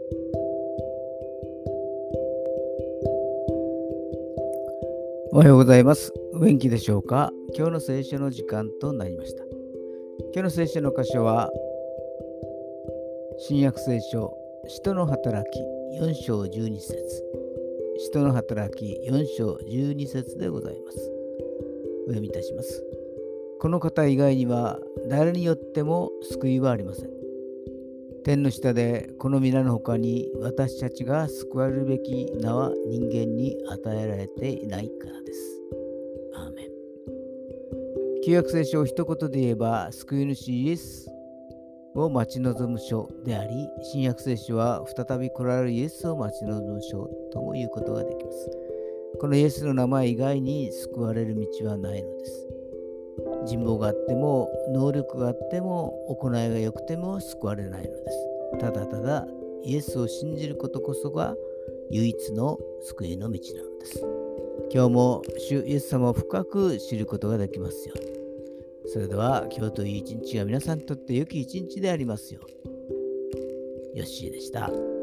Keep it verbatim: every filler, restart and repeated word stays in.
おはようございます。お元気でしょうか？今日の聖書の時間となりました。今日の聖書の箇所は、新約聖書、使徒の働きよん章じゅうに節。使徒の働きよん章じゅうに節でございます。お読みいたします。この方以外には誰によっても救いはありません。天の下でこの皆の他に私たちが救われるべき名は人間に与えられていないからです。アーメン。旧約聖書を一言で言えば、救い主イエスを待ち望む書であり、新約聖書は再び来られるイエスを待ち望む書とも言うことができます。このイエスの名前以外に救われる道はないのです。人望があっても、能力があっても、行いが良くても救われないのです。ただただイエスを信じることこそが唯一の救いの道なのです。今日も主イエス様を深く知ることができますように。それでは今日という一日が皆さんにとって良き一日でありますように。ヨッシーでした。